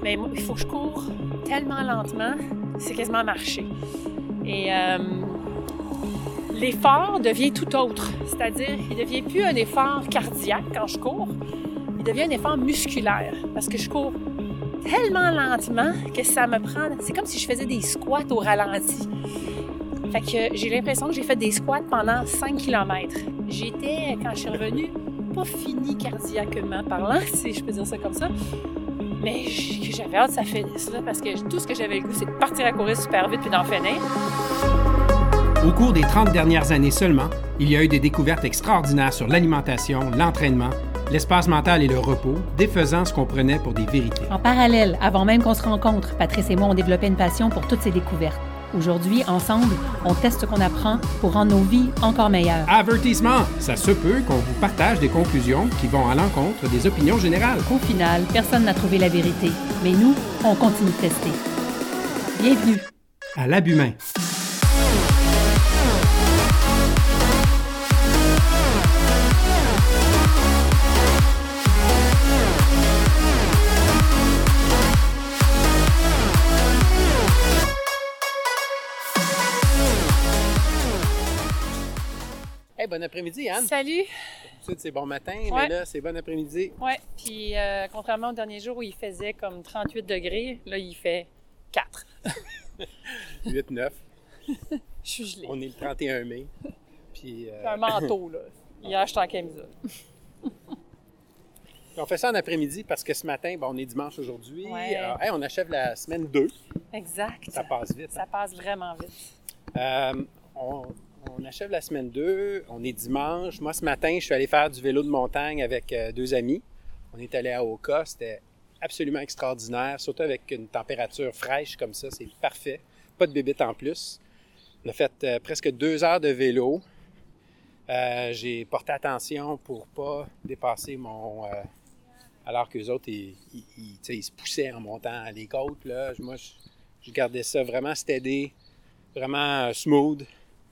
Mais moi, il faut que je cours tellement lentement, c'est quasiment marcher. Et l'effort devient tout autre. C'est-à-dire, il ne devient plus un effort cardiaque quand je cours, il devient un effort musculaire. Parce que je cours tellement lentement que ça me prend... C'est comme si je faisais des squats au ralenti. Fait que j'ai l'impression que j'ai fait des squats pendant 5 km. J'étais, quand je suis revenue, pas finie cardiaquement parlant, si je peux dire ça comme ça. Mais j'avais hâte que ça finisse, là, parce que tout ce que j'avais le goût, c'est de partir à courir super vite puis d'en finir. Au cours des 30 dernières années seulement, il y a eu des découvertes extraordinaires sur l'alimentation, l'entraînement, l'espace mental et le repos, défaisant ce qu'on prenait pour des vérités. En parallèle, avant même qu'on se rencontre, Patrice et moi, on développait une passion pour toutes ces découvertes. Aujourd'hui, ensemble, on teste ce qu'on apprend pour rendre nos vies encore meilleures. Avertissement! Ça se peut qu'on vous partage des conclusions qui vont à l'encontre des opinions générales. Au final, personne n'a trouvé la vérité. Mais nous, on continue de tester. Bienvenue à l'Abumain. Hey, bon après-midi, Anne. Salut! D'habitude, c'est bon matin, Ouais. mais là, c'est bon après-midi. Oui, puis contrairement au dernier jour où il faisait comme 38 degrés, là, il fait 4. 8-9. Je suis gelée. On est le 31 mai. Puis, J'ai un manteau, là. Hier, j'étais en camisole. on fait ça en après-midi parce que ce matin, bon, on est dimanche aujourd'hui. Ouais. Hey, on achève la semaine 2. Exact. Ça passe vite. Ça passe vraiment vite. On achève la semaine 2. On est dimanche. Moi, ce matin, je suis allé faire du vélo de montagne avec 2 amis. On est allé à Oka. C'était absolument extraordinaire, surtout avec une température fraîche comme ça. C'est parfait. Pas de bébite en plus. On a fait presque 2 heures de vélo. J'ai porté attention pour pas dépasser mon... alors qu'eux autres, ils se poussaient en montant les côtes. Là. Moi, je gardais ça vraiment steady, vraiment smooth.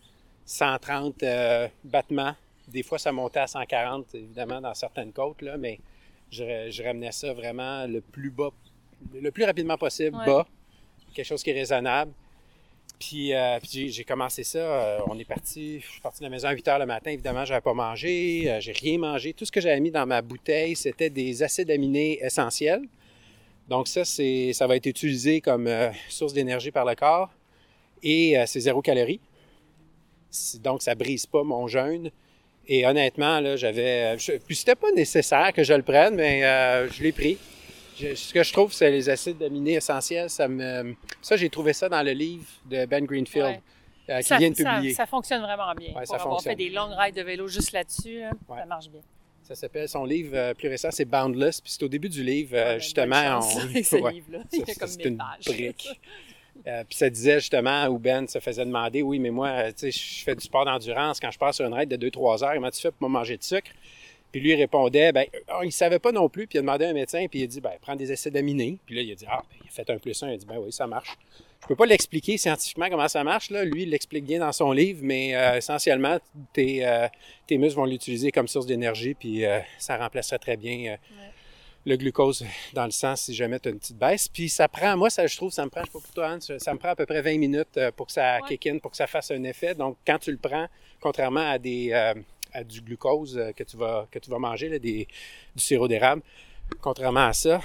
130 battements. Des fois, ça montait à 140, évidemment, dans certaines côtes, là, mais je ramenais ça vraiment le plus bas, le plus rapidement possible, bas. Quelque chose qui est raisonnable. Puis j'ai commencé ça. Je suis parti de la maison à 8 h le matin. Évidemment, je n'avais pas mangé. J'ai rien mangé. Tout ce que j'avais mis dans ma bouteille, c'était des acides aminés essentiels. Donc ça va être utilisé comme source d'énergie par le corps. Et c'est 0 calories. Donc, ça ne brise pas mon jeûne. Et honnêtement, là, puis c'était pas nécessaire que je le prenne, mais je l'ai pris. Ce que je trouve, c'est les acides aminés essentiels. Ça, j'ai trouvé ça dans le livre de Ben Greenfield qui vient de publier. Ça fonctionne vraiment bien. Ouais, pour avoir fait des longues rides de vélo juste là-dessus, là, ça marche bien. Ça s'appelle, son livre plus récent, c'est Boundless. Puis c'est au début du livre, justement. Ce livre-là, il y a comme c'est 1000 une pages. brique. Puis ça disait justement où Ben se faisait demander, oui, mais moi, tu sais, je fais du sport d'endurance. Quand je pars sur une ride de 2-3 heures, comment tu fais pour pas manger de sucre? Puis lui, il répondait, il savait pas non plus. Puis il a demandé à un médecin, puis il a dit, prends des acides aminés. Puis là, il a dit, il a fait 1+1. Il a dit, oui, ça marche. Je peux pas l'expliquer scientifiquement comment ça marche, là. Lui, il l'explique bien dans son livre, mais essentiellement, tes muscles vont l'utiliser comme source d'énergie, puis ça remplacerait très bien le glucose dans le sang si jamais tu as une petite baisse. Puis ça prend, moi, je trouve, ça me prend, je sais pas pour toi, Anne, ça me prend à peu près 20 minutes pour que ça kick in, pour que ça fasse un effet. Donc, quand tu le prends, contrairement à du glucose que tu vas manger, là, du sirop d'érable, contrairement à ça,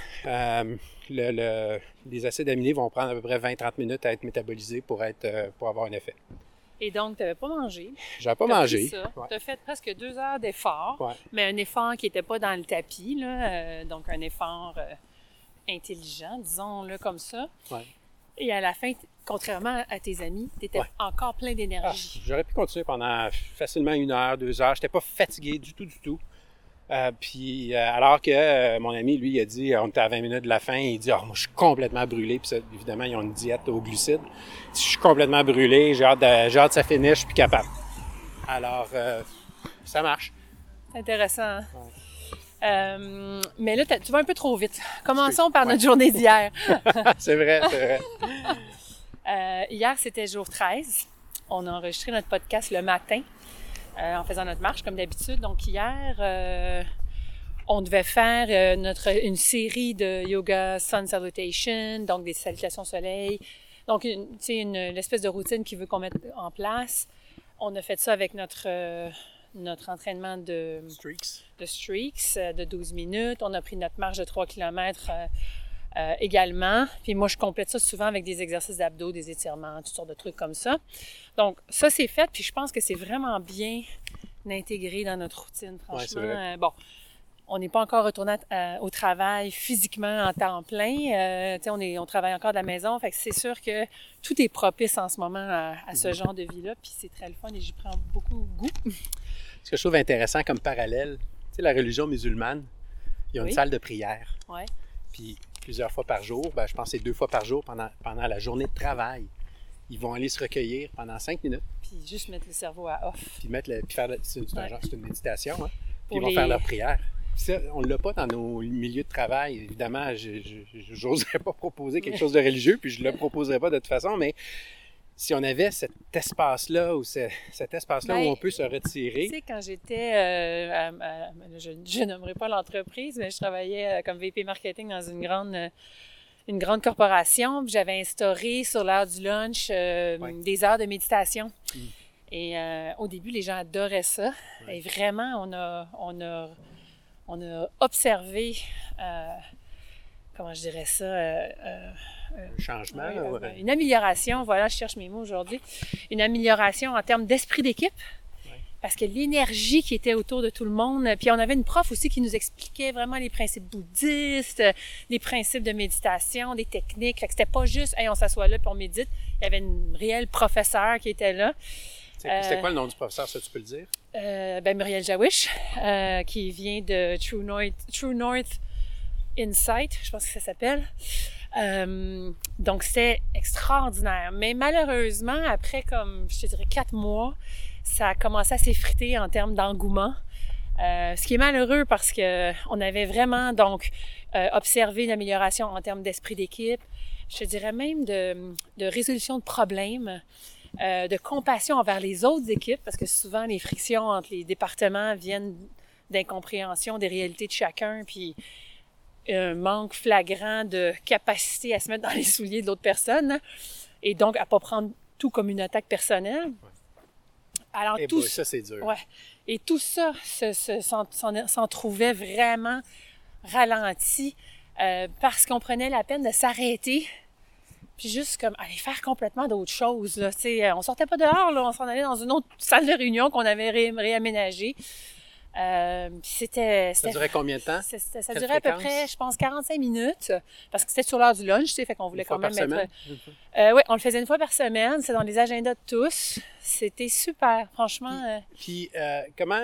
les acides aminés vont prendre à peu près 20-30 minutes à être métabolisés pour avoir un effet. Et donc, tu n'avais pas mangé. J'avais pas mangé. Tu as fait presque 2 heures d'effort, mais un effort qui n'était pas dans le tapis, là, donc un effort intelligent, disons-le comme ça. Ouais. Et à la fin, contrairement à tes amis, tu étais encore plein d'énergie. J'aurais pu continuer pendant facilement 1 heure, 2 heures. Je n'étais pas fatigué du tout. Alors que mon ami, lui, il a dit, on était à 20 minutes de la fin, il dit, moi, je suis complètement brûlé. Puis ça, évidemment, ils ont une diète aux glucides. Je suis complètement brûlé, j'ai hâte que ça finisse, je suis plus capable. Alors, ça marche. C'est intéressant, hein? Ouais. Mais là, tu vas un peu trop vite. Commençons par notre journée d'hier. C'est vrai. Hier, c'était jour 13. On a enregistré notre podcast le matin. En faisant notre marche, comme d'habitude. Donc, hier, On devait faire une série de yoga sun salutation, donc des salutations au soleil. Donc, une espèce de routine qu'il veut qu'on mette en place. On a fait ça avec notre entraînement de streaks de 12 minutes. On a pris notre marche de 3 km également. Puis moi, je complète ça souvent avec des exercices d'abdos, des étirements, toutes sortes de trucs comme ça. Donc, ça, c'est fait. Puis je pense que c'est vraiment bien intégré dans notre routine, franchement. Ouais, bon, on n'est pas encore retourné au travail physiquement en temps plein. On travaille encore de la maison. Fait que c'est sûr que tout est propice en ce moment à ce genre de vie-là. Puis c'est très le fun et j'y prends beaucoup goût. Ce que je trouve intéressant comme parallèle, tu sais, la religion musulmane, il y a une salle de prière. Ouais. Puis plusieurs fois par jour, je pense que c'est 2 fois par jour pendant la journée de travail. Ils vont aller se recueillir pendant 5 minutes. Puis juste mettre le cerveau à off. Puis c'est une méditation. Hein? Puis ils vont faire leur prière. Puis ça, on ne l'a pas dans nos milieux de travail. Évidemment, je n'oserais pas proposer quelque chose de religieux, puis je ne le proposerais pas de toute façon, mais si on avait cet espace-là, ou cet espace-là où on peut se retirer... Tu sais, quand j'étais... je nommerai pas l'entreprise, mais je travaillais comme VP marketing dans une grande corporation, puis j'avais instauré sur l'heure du lunch des heures de méditation. Et au début, les gens adoraient ça. Et vraiment, on a observé, comment je dirais ça, un changement. Une amélioration, voilà, je cherche mes mots aujourd'hui, une amélioration en termes d'esprit d'équipe. Parce que l'énergie qui était autour de tout le monde, puis on avait une prof aussi qui nous expliquait vraiment les principes bouddhistes, les principes de méditation, des techniques. Fait que c'était pas juste, hey, on s'assoit là puis on médite. Il y avait une réelle professeure qui était là. C'était quoi le nom du professeur, ça tu peux le dire? Muriel Jawish, qui vient de True North Insight, je pense que ça s'appelle. Donc c'était extraordinaire. Mais malheureusement, après comme, je te dirais 4 mois, ça a commencé à s'effriter en termes d'engouement. Ce qui est malheureux parce que on avait vraiment donc observé une amélioration en termes d'esprit d'équipe, je te dirais même de résolution de problèmes, de compassion envers les autres équipes, parce que souvent les frictions entre les départements viennent d'incompréhension des réalités de chacun, puis un manque flagrant de capacité à se mettre dans les souliers de l'autre personne, et donc à pas prendre tout comme une attaque personnelle. Alors, ça, c'est dur. Ouais. Et tout ça s'en trouvait vraiment ralenti parce qu'on prenait la peine de s'arrêter puis juste comme aller faire complètement d'autres choses. Là. On sortait pas dehors, là, on s'en allait dans une autre salle de réunion qu'on avait réaménagée. Ça durait combien de temps? Ça durait à peu près, je pense, 45 minutes, parce que c'était sur l'heure du lunch, fait qu'on voulait quand même mettre... Oui, on le faisait une fois par semaine, c'est dans les agendas de tous. C'était super, franchement. Puis, comment...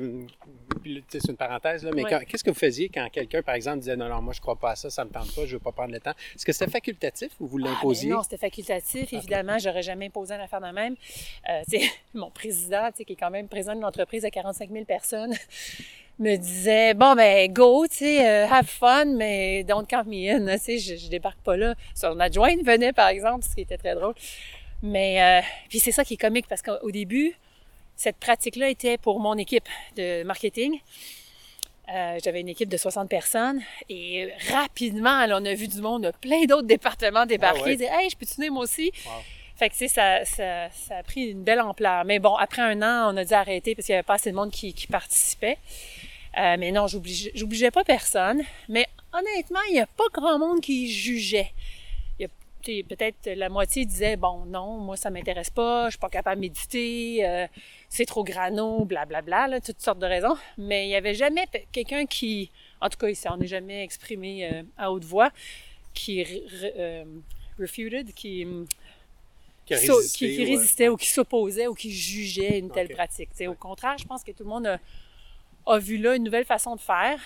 c'est une parenthèse, là, mais qu'est-ce que vous faisiez quand quelqu'un, par exemple, disait « Non, moi, je crois pas à ça, ça me tente pas, je veux pas prendre le temps ». Est-ce que c'était facultatif ou vous l'imposiez? Non, c'était facultatif, évidemment. J'aurais jamais imposé une affaire de même. Mon président, qui est quand même président d'une entreprise de 45 000 personnes, me disait, bon, go, have fun, mais don't count me in, je débarque pas là. Son adjointe venait, par exemple, ce qui était très drôle. Mais, puis c'est ça qui est comique, parce qu'au début, cette pratique-là était pour mon équipe de marketing. J'avais une équipe de 60 personnes, et rapidement, là, on a vu du monde de plein d'autres départements débarquer, dire, hey, je peux venir moi aussi? Wow. Fait que, ça a pris une belle ampleur. Mais bon, après 1 an, on a dû arrêter parce qu'il n'y avait pas assez de monde qui participait. Mais non, j'obligeais pas personne. Mais honnêtement, il n'y a pas grand monde qui jugeait. Peut-être la moitié disait, bon, non, moi, ça m'intéresse pas, je suis pas capable de méditer, c'est trop grano, blablabla, là, toutes sortes de raisons. Mais il n'y avait jamais quelqu'un qui, en tout cas, on n'est jamais exprimé à haute voix, qui refuted, qui résistait ou qui s'opposait ou qui jugeait une telle pratique. Au contraire, je pense que tout le monde a vu là une nouvelle façon de faire.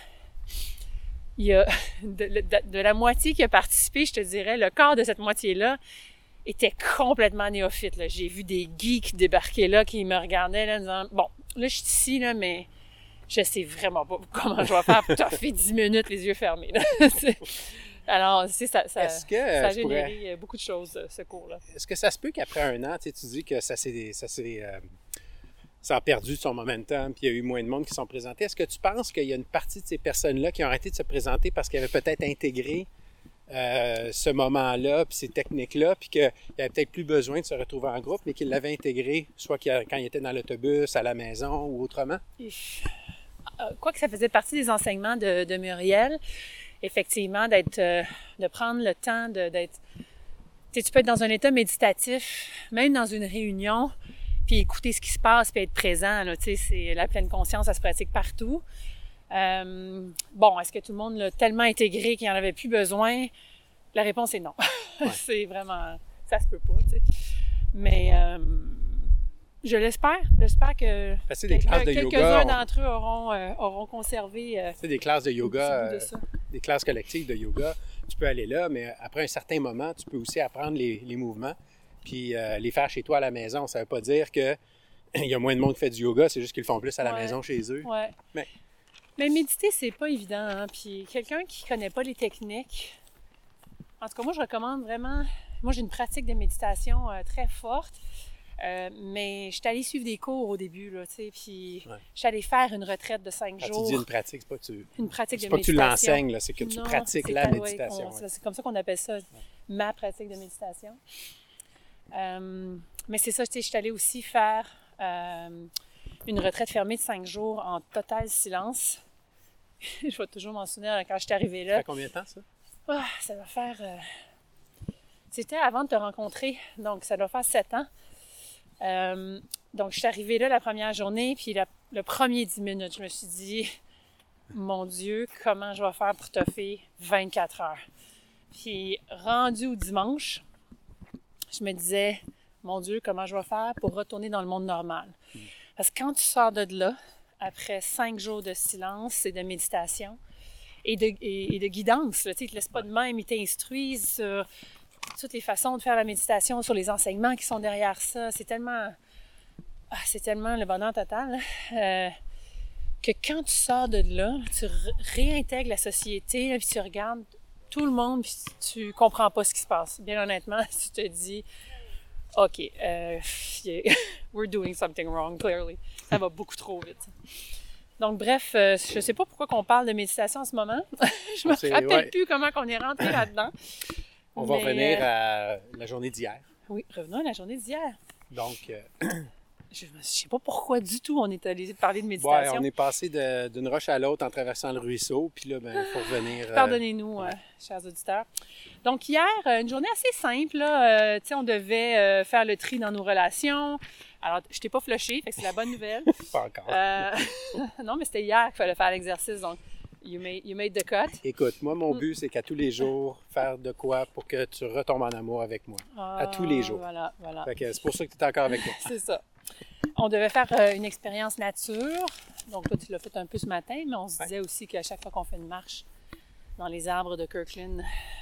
Il y a de la moitié qui a participé, je te dirais, le quart de cette moitié-là était complètement néophyte. Là. J'ai vu des geeks débarquer là qui me regardaient là, en disant, bon, là, je suis ici, là, mais je sais vraiment pas comment je vais faire pour toffer 10 minutes les yeux fermés. Là. Alors, ça a généré beaucoup de choses, ce cours-là. Est-ce que ça se peut qu'après 1 an, tu dis que ça s'est ça a perdu son momentum, puis il y a eu moins de monde qui sont présentés. Est-ce que tu penses qu'il y a une partie de ces personnes-là qui ont arrêté de se présenter parce qu'ils avaient peut-être intégré ce moment-là, puis ces techniques-là, puis qu'il n'y avait peut-être plus besoin de se retrouver en groupe, mais qu'ils l'avaient intégré, soit quand ils étaient dans l'autobus, à la maison ou autrement? Quoique ça faisait partie des enseignements de Muriel, effectivement, de prendre le temps d'être... Tu peux être dans un état méditatif, même dans une réunion, puis écouter ce qui se passe, puis être présent. Là, c'est la pleine conscience, ça se pratique partout. Est-ce que tout le monde l'a tellement intégré qu'il n'y en avait plus besoin? La réponse est non. Ouais. C'est vraiment... Ça se peut pas, tu sais. Mais je l'espère. J'espère que quelques-uns d'entre eux auront conservé des classes de yoga, de ça. Des classes collectives de yoga. Tu peux aller là, mais après un certain moment, tu peux aussi apprendre les mouvements puis les faire chez toi à la maison. Ça ne veut pas dire qu'il y a moins de monde qui fait du yoga, c'est juste qu'ils le font plus à la maison chez eux. Ouais. Mais méditer, c'est pas évident. Hein? Puis quelqu'un qui connaît pas les techniques... En tout cas, moi, je recommande vraiment... Moi, j'ai une pratique de méditation très forte, mais je suis allée suivre des cours au début, là, tu sais, puis je suis allée faire une retraite de 5 jours. Quand tu dis une pratique, c'est pas que tu... Une pratique de méditation. C'est pas que tu l'enseignes, là, c'est que tu pratiques la méditation. C'est comme ça qu'on appelle ça, ma pratique de méditation. Mais c'est ça, tu sais, je suis allée aussi faire une retraite fermée de 5 jours en total silence. Je vais toujours m'en souvenir quand je suis arrivée là. Ça fait combien de temps, ça? Ça va faire... C'était avant de te rencontrer, donc ça doit faire 7 ans. Donc, je suis arrivée là la première journée, puis le premier 10 minutes, je me suis dit, mon Dieu, comment je vais faire pour toffer 24 heures? Puis, rendu au dimanche, je me disais, mon Dieu, comment je vais faire pour retourner dans le monde normal? Parce que quand tu sors de là, après 5 jours de silence et de méditation et de guidance, là, tu sais, ils ne te laissent pas de même, ils t'instruisent sur toutes les façons de faire la méditation, sur les enseignements qui sont derrière ça. C'est tellement le bonheur total que quand tu sors de là, tu réintègres la société, là, puis tu regardes tout le monde, puis tu comprends pas ce qui se passe. Bien honnêtement, tu te dis... OK, we're doing something wrong, clearly. Ça va beaucoup trop vite. Donc, bref, je ne sais pas pourquoi on parle de méditation en ce moment. Je me rappelle plus comment on est rentré là-dedans. On va revenir à la journée d'hier. Oui, revenons à la journée d'hier. Donc... je ne sais pas pourquoi du tout on est allé parler de méditation. Oui, on est passé d'une roche à l'autre en traversant le ruisseau, puis là, il faut revenir... Pardonnez-nous, chers auditeurs. Donc hier, une journée assez simple, là. Tu sais, on devait faire le tri dans nos relations. Alors, je t'ai pas flushé, fait que c'est la bonne nouvelle. Pas encore. Non, mais c'était hier qu'il fallait faire l'exercice, donc you made the cut. Écoute, moi, mon but, c'est qu'à tous les jours, faire de quoi pour que tu retombes en amour avec moi. À tous les jours. Voilà. Fait que c'est pour ça que tu es encore avec moi. C'est ça. On devait faire une expérience nature. Donc, toi, tu l'as fait un peu ce matin, mais on se disait aussi qu'à chaque fois qu'on fait une marche dans les arbres de Kirkland,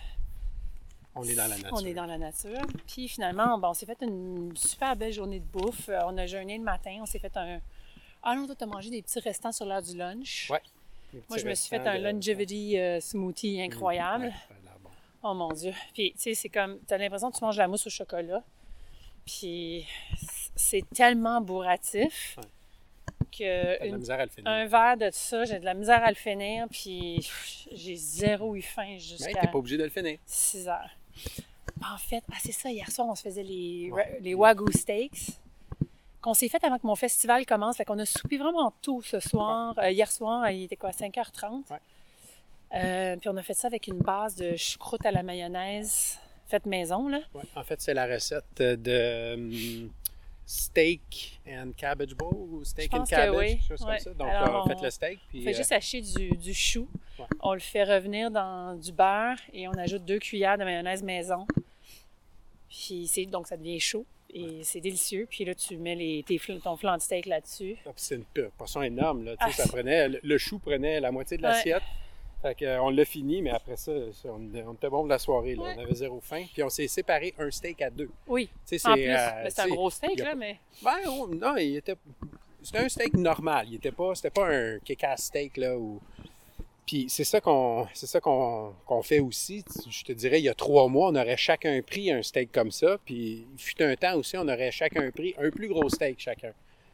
on est dans la nature. On est dans la nature. Puis finalement, on s'est fait une super belle journée de bouffe. On a jeûné le matin. On s'est fait Ah non, toi, tu as mangé des petits restants sur l'heure du lunch. Oui. Moi, je me suis fait un longevity smoothie incroyable. Bon. Oh mon Dieu. Puis, tu sais, c'est comme, tu as l'impression que tu manges de la mousse au chocolat. Puis, c'est tellement bourratif que de la misère à le finir. Un verre de ça, j'ai de la misère à le finir. Puis, j'ai zéro eu faim jusqu'à... Mais t'es pas obligé de le finir. 6 heures. En fait, c'est ça, hier soir, on se faisait les Wagyu Steaks qu'on s'est fait avant que mon festival commence. Fait qu'on a soupé vraiment tôt ce soir. Hier soir, il était quoi, 5h30? Ouais. Puis on a fait ça avec une base de choucroute à la mayonnaise faite maison, là. Ouais. En fait, c'est la recette de steak and cabbage bowl ou steak and cabbage, quelque chose comme ça. Donc, on fait le steak. Puis, on fait juste hacher du chou. Ouais. On le fait revenir dans du beurre et on ajoute 2 cuillères de mayonnaise maison. Puis donc, ça devient chaud. Et c'est délicieux. Puis là, tu mets ton flanc de steak là-dessus. Ah, c'est une portion énorme. Là. Ça prenait, le chou prenait la moitié de l'assiette. Fait qu'on l'a fini, mais après ça, on était bon de la soirée. Là. On avait zéro faim. Puis on s'est séparé un steak à 2. Oui, c'est en plus. C'est un gros steak, là, mais... Non, c'était un steak normal. C'était pas un kick-ass steak, là, où... Puis c'est ça qu'on fait aussi. Je te dirais, il y a 3 mois, on aurait chacun pris un steak comme ça. Puis il fut un temps aussi, on aurait chacun pris un plus gros steak chacun.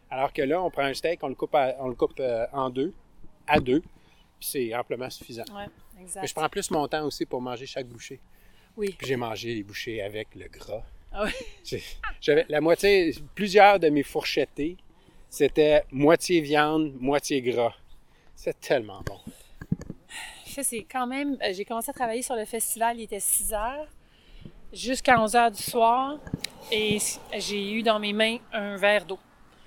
Alors que là, on prend un steak, on le coupe en deux, à deux, puis c'est amplement suffisant. Oui, exact. Mais je prends plus mon temps aussi pour manger chaque bouchée. Oui. Puis j'ai mangé les bouchées avec le gras. Ah oui. J'avais la moitié, plusieurs de mes fourchettés, c'était moitié viande, moitié gras. C'est tellement bon. Ça, c'est quand même... J'ai commencé à travailler sur le festival, il était 6 heures, jusqu'à 11 heures du soir, et j'ai eu dans mes mains un verre d'eau.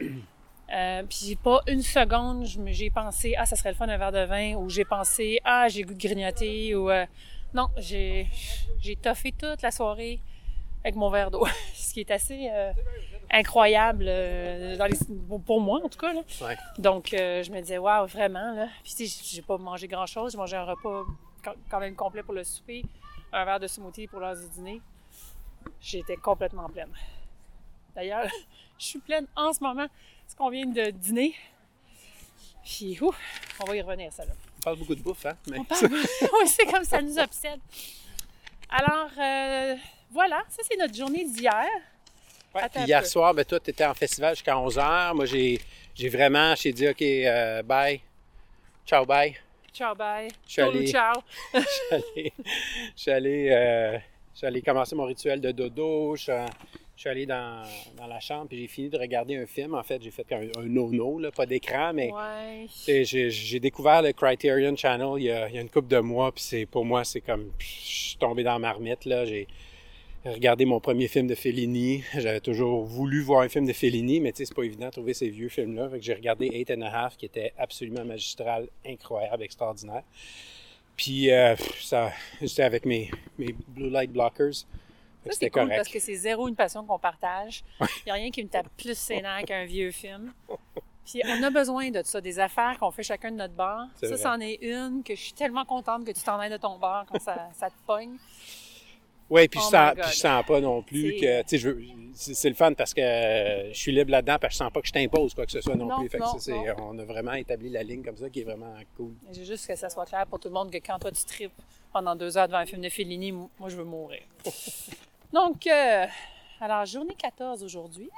Puis pas une seconde, j'ai pensé, ça serait le fun un verre de vin, ou j'ai pensé, j'ai goût de grignoter, ou... non, j'ai toffé toute la soirée avec mon verre d'eau, ce qui est assez incroyable pour moi, en tout cas. Là. Ouais. Donc, je me disais, waouh, vraiment, là. Puis, tu sais, j'ai pas mangé grand-chose. J'ai mangé un repas quand même complet pour le souper, un verre de smoothie pour l'heure du dîner. J'étais complètement pleine. D'ailleurs, je suis pleine en ce moment parce qu'on vient de dîner. Puis, on va y revenir, ça, là. On parle beaucoup de bouffe, hein? Mais... Oui, c'est comme ça nous obsède. Alors, voilà, ça, c'est notre journée d'hier. Ouais, puis hier soir, toi, tu étais en festival jusqu'à 11h. Moi, j'ai dit, OK, bye. Ciao, bye. Ciao, bye. Ciao. Je suis allé commencer mon rituel de dodo. Je suis allé dans la chambre puis j'ai fini de regarder un film. En fait, j'ai fait un nono, là, pas d'écran, mais j'ai découvert le Criterion Channel il y a une couple de mois. Puis pour moi, c'est comme, je suis tombé dans la marmite, là. J'ai regardé mon premier film de Fellini. J'avais toujours voulu voir un film de Fellini, mais tu sais, c'est pas évident de trouver ces vieux films-là. Fait que j'ai regardé 8 and a Half, qui était absolument magistral, incroyable, extraordinaire. Puis j'étais avec mes Blue Light Blockers. Ça, c'est cool correct. Parce que c'est zéro une passion qu'on partage. Il n'y a rien qui me tape plus ses nerfs qu'un vieux film. Puis on a besoin de ça, des affaires qu'on fait chacun de notre bord. Ça, c'en est une que je suis tellement contente que tu t'en ailles de ton bord quand ça te pogne. Oui, puis je sens pas non plus que... Tu sais, c'est le fun parce que je suis libre là-dedans parce que je sens pas que je t'impose quoi que ce soit non plus. Fait que on a vraiment établi la ligne comme ça qui est vraiment cool. J'ai juste que ça soit clair pour tout le monde que quand toi tu tripes pendant 2 heures devant un film de Fellini, moi je veux mourir. Donc, alors journée 14 aujourd'hui.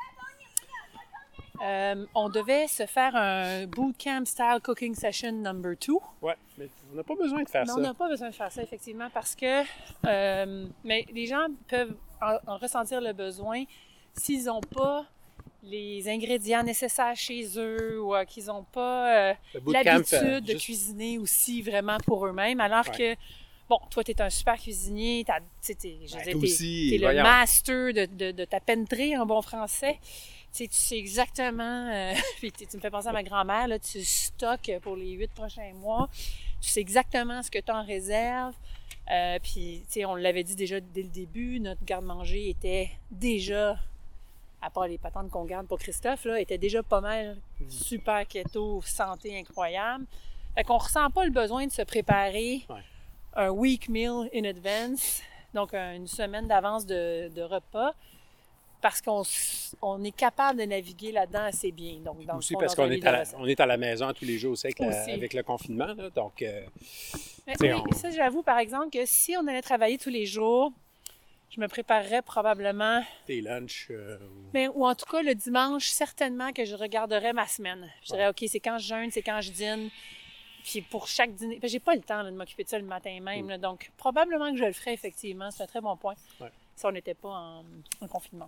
On devait se faire un bootcamp style cooking session number 2. Ouais, mais on n'a pas besoin de faire ça. On n'a pas besoin de faire ça, effectivement, parce que mais les gens peuvent en ressentir le besoin s'ils n'ont pas les ingrédients nécessaires chez eux ou qu'ils n'ont pas l'habitude de cuisiner aussi vraiment pour eux-mêmes, alors que bon, toi, tu es un super cuisinier, t'es le master de ta pentrée en bon français. Tu sais exactement, puis tu me fais penser à ma grand-mère, là, tu stockes pour les 8 prochains mois, tu sais exactement ce que tu as en réserve, puis tu sais, on l'avait dit déjà dès le début, notre garde-manger était déjà, à part les patentes qu'on garde pour Christophe, là, était déjà pas mal super keto, santé incroyable. Fait qu'on ressent pas le besoin de se préparer un week meal in advance, donc une semaine d'avance de repas, parce qu'on est capable de naviguer là-dedans assez bien. Donc, dans aussi parce qu'on est à la maison tous les jours aussi avec le confinement. Là, donc, ça, j'avoue, par exemple, que si on allait travailler tous les jours, je me préparerais probablement... Des lunchs. Ou en tout cas, le dimanche, certainement que je regarderais ma semaine. Je dirais, OK, c'est quand je jeûne, c'est quand je dîne. Puis pour chaque dîner... J'ai pas le temps là, de m'occuper de ça le matin même. Là, donc, probablement que je le ferais, effectivement. C'est un très bon point. Si on n'était pas en confinement.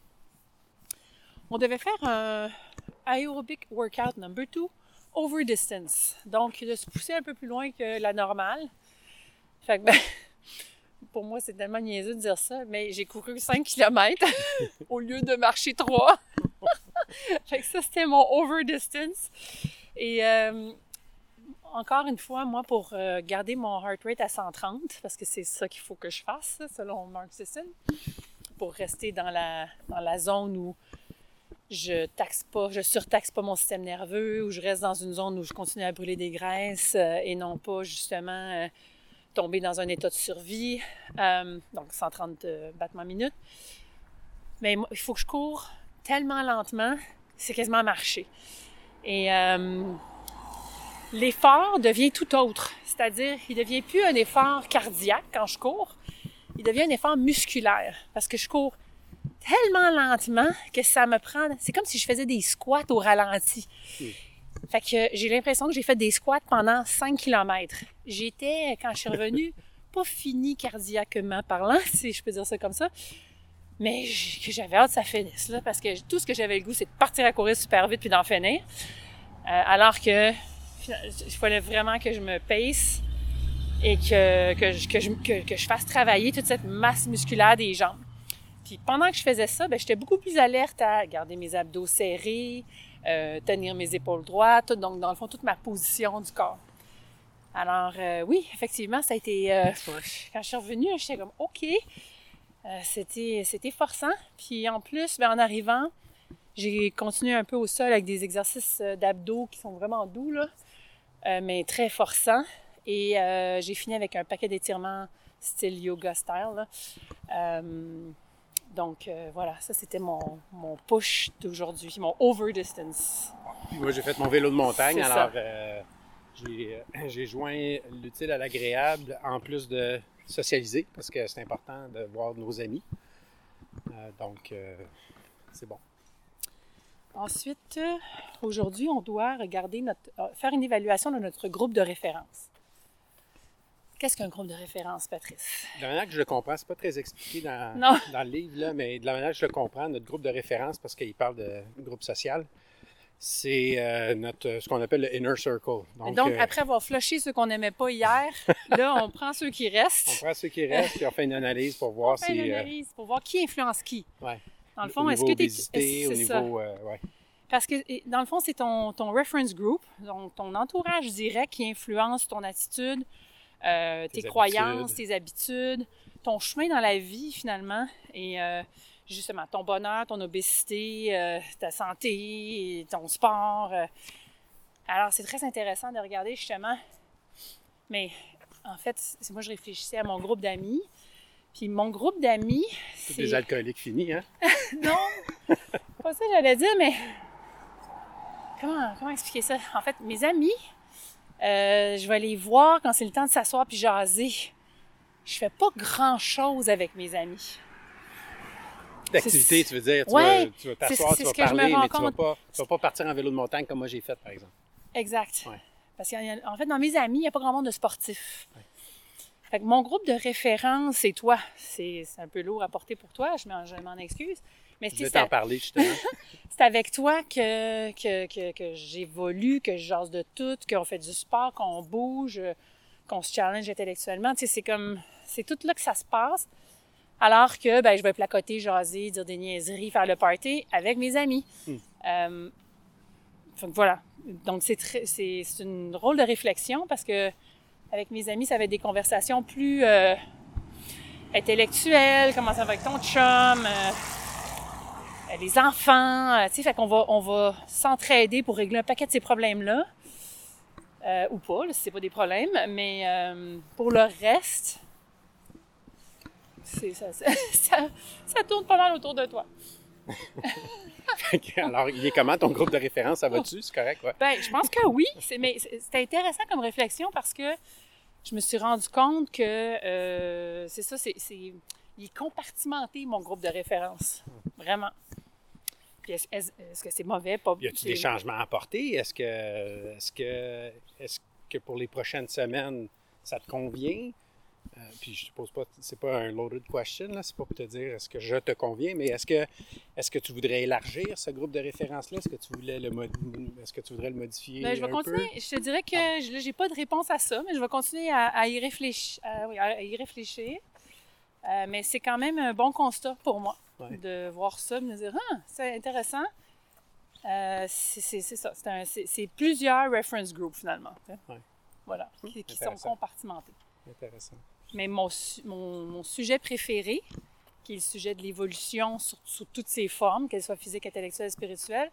On devait faire un aerobic workout number 2, over distance. Donc, de se pousser un peu plus loin que la normale. Fait que, pour moi, c'est tellement niaiseux de dire ça, mais j'ai couru 5 km au lieu de marcher 3. Fait que ça, c'était mon over distance. Et encore une fois, moi, pour garder mon heart rate à 130, parce que c'est ça qu'il faut que je fasse, selon Mark Sisson, pour rester dans la zone où je surtaxe pas mon système nerveux, où je reste dans une zone où je continue à brûler des graisses et non pas justement tomber dans un état de survie. Donc 130 battements minutes. Mais il faut que je cours tellement lentement, c'est quasiment marcher. Et l'effort devient tout autre. C'est-à-dire, il devient plus un effort cardiaque quand je cours, il devient un effort musculaire parce que je cours tellement lentement que ça me prend... C'est comme si je faisais des squats au ralenti. Fait que j'ai l'impression que j'ai fait des squats pendant 5 km. J'étais, quand je suis revenue, pas finie cardiaquement parlant, si je peux dire ça comme ça, mais que j'avais hâte que ça finisse, là, parce que tout ce que j'avais le goût, c'est de partir à courir super vite puis d'en finir. Alors que il fallait vraiment que je me pace et que je fasse travailler toute cette masse musculaire des jambes. Puis pendant que je faisais ça, j'étais beaucoup plus alerte à garder mes abdos serrés, tenir mes épaules droites, donc dans le fond, toute ma position du corps. Alors oui, effectivement, ça a été... quand je suis revenue, j'étais comme « OK ». C'était forçant. Puis en plus, en arrivant, j'ai continué un peu au sol avec des exercices d'abdos qui sont vraiment doux, là, mais très forçants. Et j'ai fini avec un paquet d'étirements style yoga style, là. Donc voilà, ça c'était mon push d'aujourd'hui, mon over distance. Puis moi j'ai fait mon vélo de montagne, C'est alors j'ai joint l'utile à l'agréable en plus de socialiser parce que c'est important de voir nos amis. Donc c'est bon. Ensuite, aujourd'hui, on doit faire une évaluation de notre groupe de référence. Qu'est-ce qu'un groupe de référence, Patrice? De la manière que je le comprends, c'est pas très expliqué dans le livre, là, mais de la manière que je le comprends, notre groupe de référence, parce qu'il parle de groupe social, c'est ce qu'on appelle le inner circle. Donc après avoir flushé ceux qu'on n'aimait pas hier, là, on prend ceux qui restent. On prend ceux qui restent, puis on fait une analyse pour voir on fait une analyse pour voir qui influence qui. Ouais. Dans le fond, au est-ce niveau que tu obésité, au niveau... ouais. Parce que, dans le fond, c'est ton reference group, donc ton entourage direct qui influence ton attitude, tes croyances, tes habitudes, ton chemin dans la vie, finalement, et justement, ton bonheur, ton obésité, ta santé, ton sport. Alors, c'est très intéressant de regarder, justement, mais en fait, moi, je réfléchissais à mon groupe d'amis, puis mon groupe d'amis, c'est... des alcooliques finis, hein? Non, pas ça que j'allais dire, mais comment expliquer ça? En fait, mes amis, je vais les voir quand c'est le temps de s'asseoir puis jaser. Je fais pas grand-chose avec mes amis. D'activité, tu veux dire? Tu vas t'asseoir, tu vas parler, mais tu vas pas partir en vélo de montagne comme moi j'ai fait, par exemple. Exact. Ouais. Parce qu'en fait, dans mes amis, il n'y a pas grand monde de sportifs. Ouais. Fait que mon groupe de référence, c'est toi. C'est un peu lourd à porter pour toi, je m'en excuse. Mais je vais t'en parler, justement. C'est avec toi que j'évolue, que je jase de tout, qu'on fait du sport, qu'on bouge, qu'on se challenge intellectuellement. Tu sais, c'est tout là que ça se passe. Alors que, je vais placoter, jaser, dire des niaiseries, faire le party avec mes amis. Fait que voilà. Donc, c'est une drôle de réflexion parce que avec mes amis, ça va être des conversations plus intellectuelles. Comment ça va avec ton chum? Les enfants, tu sais, fait qu'on va s'entraider pour régler un paquet de ces problèmes-là. Ou pas, là, si c'est pas des problèmes. Mais pour le reste, ça tourne pas mal autour de toi. Alors, il est comment ton groupe de référence? Ça va-tu? C'est correct, ouais? Je pense que oui. Mais c'est intéressant comme réflexion parce que je me suis rendu compte que c'est ça, il est compartimenté, mon groupe de référence. Vraiment. Puis est-ce que c'est mauvais? Y a-t-il des changements à apporter? Est-ce que pour les prochaines semaines, ça te convient? Puis je te pose pas, c'est pas un loaded question, là, c'est pas pour te dire est-ce que je te conviens, mais est-ce que tu voudrais élargir ce groupe de référence-là? Est-ce que tu voudrais le modifier je vais continuer. Je te dirais que là, j'ai pas de réponse à ça, mais je vais continuer à y réfléchir. Mais c'est quand même un bon constat pour moi de voir ça, de me dire c'est intéressant. C'est ça. C'est plusieurs reference groups finalement. Ouais. Voilà, qui sont compartimentés. Intéressant. Mais mon sujet préféré, qui est le sujet de l'évolution sous toutes ses formes, qu'elles soient physiques, intellectuelles, spirituelles,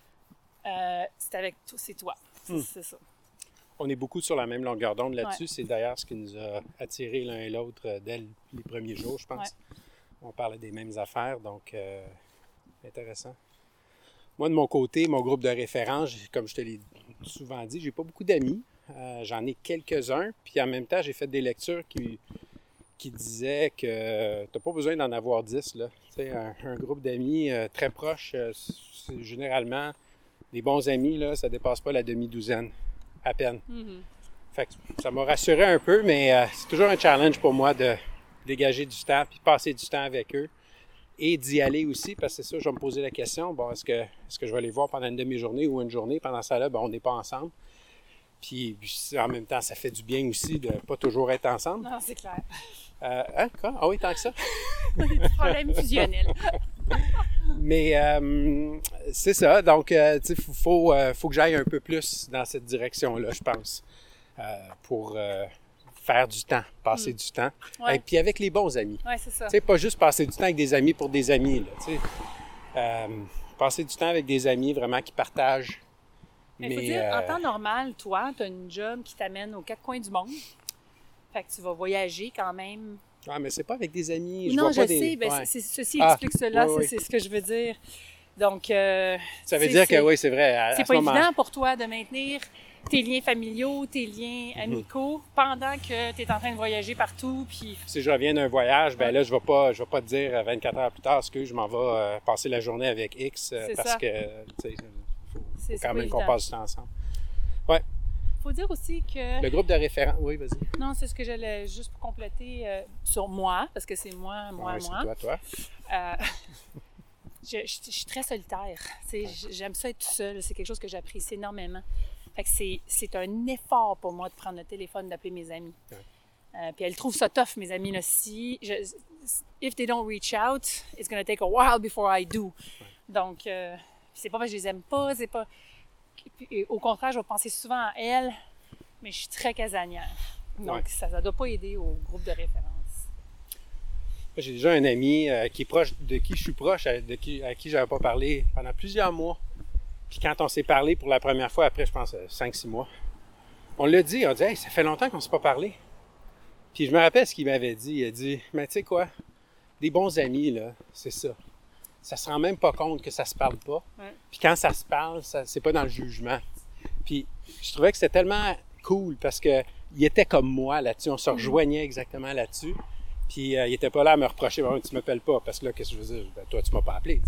c'est toi. C'est ça. On est beaucoup sur la même longueur d'onde là-dessus. Ouais. C'est d'ailleurs ce qui nous a attirés l'un et l'autre dès les premiers jours, je pense. Ouais. On parlait des mêmes affaires, donc intéressant. Moi, de mon côté, mon groupe de référence, comme je te l'ai souvent dit, j'ai pas beaucoup d'amis. J'en ai quelques-uns, puis en même temps, j'ai fait des lectures qui qui disait que tu n'as pas besoin d'en avoir 10. Là. Un groupe d'amis très proches, c'est généralement des bons amis, là, ça ne dépasse pas la demi-douzaine, à peine. Mm-hmm. Fait que ça m'a rassuré un peu, mais c'est toujours un challenge pour moi de dégager du temps, puis passer du temps avec eux. Et d'y aller aussi, parce que c'est ça, je vais me poser la question, bon, est-ce que je vais les voir pendant une demi-journée ou une journée? Pendant ça là, on n'est pas ensemble. Puis en même temps, ça fait du bien aussi de ne pas toujours être ensemble. Non, c'est clair. Quoi? Ah oui, tant que ça? Des problèmes fusionnels. Mais c'est ça, donc il faut que j'aille un peu plus dans cette direction-là, je pense, pour faire du temps, passer du temps. Ouais. Et puis avec les bons amis. Oui, c'est ça. Tu sais, pas juste passer du temps avec des amis pour des amis, là, tu sais. Passer du temps avec des amis vraiment qui partagent. Mais il faut dire, en temps normal, toi, tu as une job qui t'amène aux quatre coins du monde. Fait que tu vas voyager quand même. Ah, mais c'est pas avec des amis. Non, je vois pas sais. des... Ben, ouais. ceci explique cela. Oui. C'est ce que je veux dire. Donc, ça veut dire que oui, c'est vrai. C'est pas évident pour toi de maintenir tes liens familiaux, tes liens amicaux pendant que tu es en train de voyager partout. Puis... Si je reviens d'un voyage, ben là, je vais pas te dire 24 heures plus tard que je m'en vais passer la journée avec X parce ça. que tu sais, faut quand même évident. qu'on passe du temps ensemble. Ouais. Faut dire aussi que... Le groupe de référents, oui, vas-y. Non, c'est ce que j'allais juste pour compléter sur moi, parce que c'est moi. C'est toi. Je suis très solitaire. J'aime ça être tout seul. C'est quelque chose que j'apprécie énormément. Fait que c'est un effort pour moi de prendre le téléphone, d'appeler mes amis. Ouais. Puis elles trouvent ça tough, mes amis. Là. If they don't reach out, it's going to take a while before I do. Ouais. Donc, c'est pas parce que je les aime pas, c'est pas... Et au contraire, je vais penser souvent à elles, mais je suis très casanière. Donc, ça ne doit pas aider au groupe de référence. J'ai déjà un ami qui est proche, de qui je suis proche, à qui je n'avais pas parlé pendant plusieurs mois. Puis quand on s'est parlé pour la première fois, après, je pense, 5-6 mois, on l'a dit, on a dit « Hey, ça fait longtemps qu'on ne s'est pas parlé. » Puis je me rappelle ce qu'il m'avait dit. Il a dit « Mais tu sais quoi, des bons amis, là, c'est ça. Ça se rend même pas compte que ça se parle pas. Ouais. Puis quand ça se parle, c'est pas dans le jugement. » Puis je trouvais que c'était tellement cool parce que il était comme moi là-dessus. On se rejoignait exactement là-dessus. Puis il était pas là à me reprocher, bon, tu m'appelles pas, parce que là, qu'est-ce que je veux dire? Ben, toi, tu m'as pas appelé.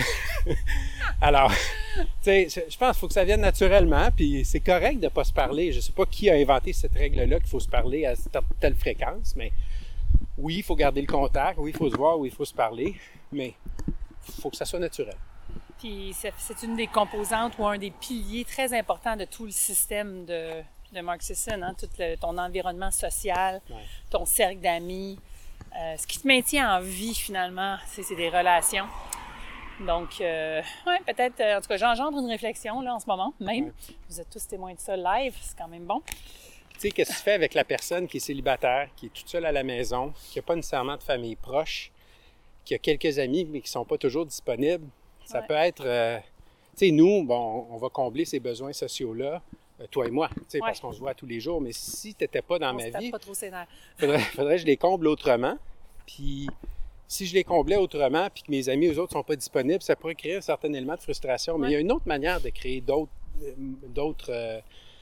Alors, tu sais, je pense qu'il faut que ça vienne naturellement, puis c'est correct de pas se parler. Je sais pas qui a inventé cette règle-là qu'il faut se parler à telle fréquence, mais oui, il faut garder le contact, oui, il faut se voir, oui, il faut se parler, mais il faut que ça soit naturel. Puis c'est une des composantes ou un des piliers très importants de tout le système de Mark Sisson, hein? Tout ton environnement social, ton cercle d'amis. Ce qui te maintient en vie, finalement, c'est des relations. Donc, peut-être, en tout cas, j'engendre une réflexion, là, en ce moment, même. Ouais. Vous êtes tous témoins de ça live, c'est quand même bon. Tu sais, qu'est-ce que tu fais avec la personne qui est célibataire, qui est toute seule à la maison, qui n'a pas nécessairement de famille proche, qui a quelques amis, mais qui ne sont pas toujours disponibles? Ça peut être... tu sais, nous, bon, on va combler ces besoins sociaux-là, toi et moi, parce qu'on se voit tous les jours, mais si tu n'étais pas dans ma vie, pas trop sénère. faudrait que je les comble autrement. Puis si je les comblais autrement, puis que mes amis, eux autres, ne sont pas disponibles, ça pourrait créer un certain élément de frustration. Mais il y a une autre manière de créer d'autres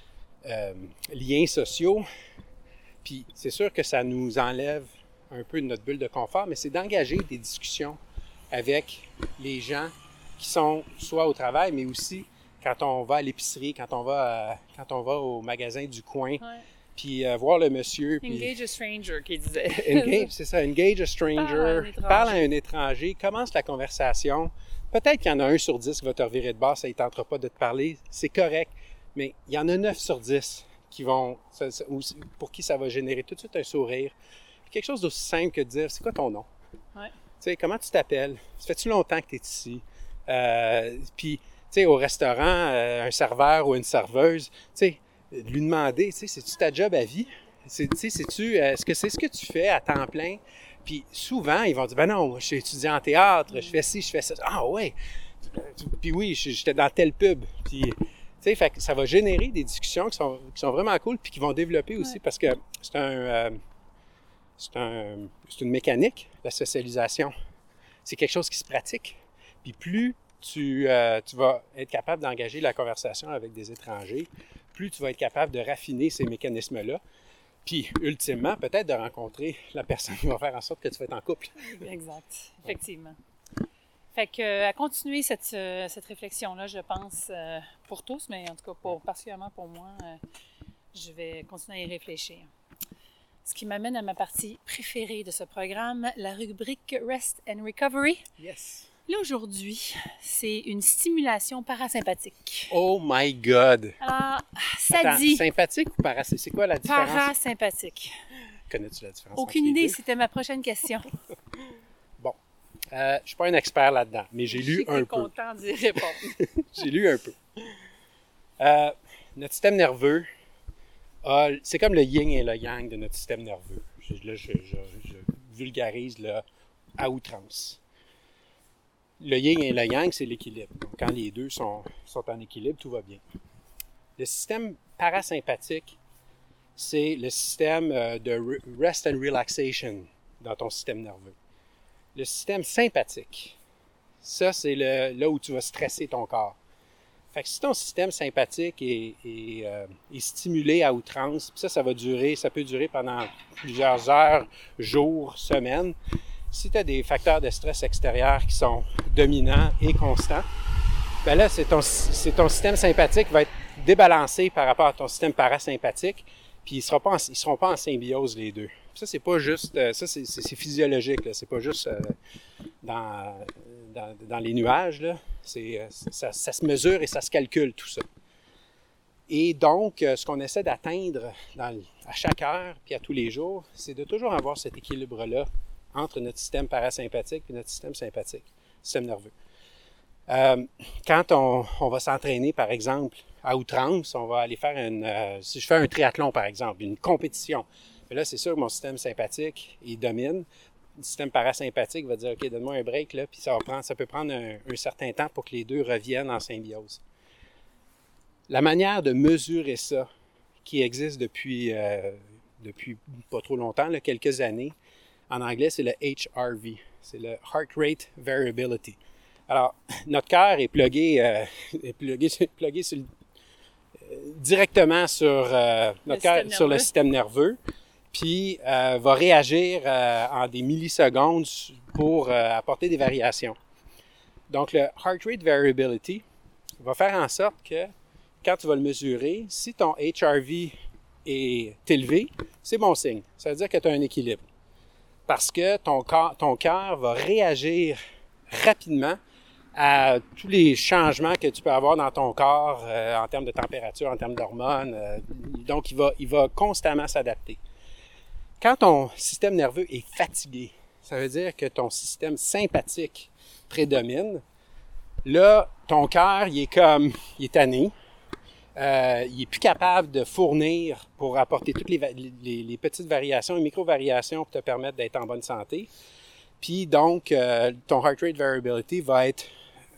liens sociaux. Puis c'est sûr que ça nous enlève un peu de notre bulle de confort, mais c'est d'engager des discussions avec les gens qui sont soit au travail, mais aussi quand on va à l'épicerie, quand on va au magasin du coin, puis voir le monsieur. Engage a stranger, qui disait. C'est ça, engage a stranger, parle à un étranger, commence la conversation. Peut-être qu'il y en a 1 sur 10 qui va te revirer de bord, ça ne tentera pas de te parler, c'est correct, mais il y en a 9 sur 10 pour qui ça va générer tout de suite un sourire. Puis quelque chose d'aussi simple que de dire, c'est quoi ton nom? Tu sais, comment tu t'appelles? Ça fait-tu longtemps que tu es ici? Puis, tu sais, au restaurant, un serveur ou une serveuse, tu sais, lui demander, tu sais, c'est-tu ta job à vie? Est-ce que c'est ce que tu fais à temps plein? Puis souvent, ils vont dire, ben non, je suis étudiant en théâtre, je fais ci, je fais ça. Ah ouais! Puis oui, j'étais dans telle pub. Puis, tu sais, fait que ça va générer des discussions qui sont vraiment cool, puis qui vont développer aussi, parce que c'est une mécanique, la socialisation. C'est quelque chose qui se pratique. Puis plus tu vas être capable d'engager la conversation avec des étrangers, plus tu vas être capable de raffiner ces mécanismes-là. Puis, ultimement, peut-être de rencontrer la personne qui va faire en sorte que tu vas être en couple. Exact, effectivement. Fait que, à continuer cette réflexion-là, je pense, pour tous, mais en tout cas, particulièrement pour moi, je vais continuer à y réfléchir. Ce qui m'amène à ma partie préférée de ce programme, la rubrique Rest and Recovery. Yes! Là, aujourd'hui, c'est une stimulation parasympathique. Oh my God! Alors, ça Attends, dit... sympathique ou parasympathique? C'est quoi la différence? Parasympathique. Connais-tu la différence? Aucune entre les idée, deux? c'était ma prochaine question. Bon. Je ne suis pas un expert là-dedans, mais j'ai lu un peu. content d'y répondre. J'ai lu un peu. Notre système nerveux, c'est comme le yin et le yang de notre système nerveux. Je vulgarise là, à outrance. Le yin et le yang, c'est l'équilibre. Donc, quand les deux sont en équilibre, tout va bien. Le système parasympathique, c'est le système de rest and relaxation dans ton système nerveux. Le système sympathique, ça, c'est là où tu vas stresser ton corps. Fait que si ton système sympathique est stimulé à outrance, puis ça peut durer pendant plusieurs heures, jours, semaines. Si tu as des facteurs de stress extérieurs qui sont dominants et constants, ben là, c'est ton système sympathique va être débalancé par rapport à ton système parasympathique, puis ils seront pas en symbiose les deux. Puis ça, c'est pas juste, ça c'est physiologique, là. C'est pas juste dans les nuages, là. Ça se mesure et ça se calcule, tout ça. Et donc, ce qu'on essaie d'atteindre à chaque heure puis à tous les jours, c'est de toujours avoir cet équilibre-là entre notre système parasympathique et notre système sympathique, système nerveux. Quand on va s'entraîner, par exemple, à outrance, on va aller faire si je fais un triathlon, par exemple, une compétition, là, c'est sûr que mon système sympathique, il domine. Le système parasympathique va dire, OK, donne-moi un break, là, puis ça peut prendre un certain temps pour que les deux reviennent en symbiose. La manière de mesurer ça, qui existe depuis pas trop longtemps, là, quelques années, en anglais, c'est le HRV, c'est le Heart Rate Variability. Alors, notre cœur est plugué directement sur le système nerveux, puis va réagir en des millisecondes pour apporter des variations. Donc, le Heart Rate Variability va faire en sorte que, quand tu vas le mesurer, si ton HRV est élevé, c'est bon signe. Ça veut dire que tu as un équilibre. Parce que ton cœur va réagir rapidement à tous les changements que tu peux avoir dans ton corps en termes de température, en termes d'hormones. Donc, il va constamment s'adapter. Quand ton système nerveux est fatigué, ça veut dire que ton système sympathique prédomine. Là, ton cœur, il est tanné. Il est plus capable de fournir pour apporter toutes les petites variations, les micro-variations pour te permettre d'être en bonne santé. Puis donc, ton heart rate variability va être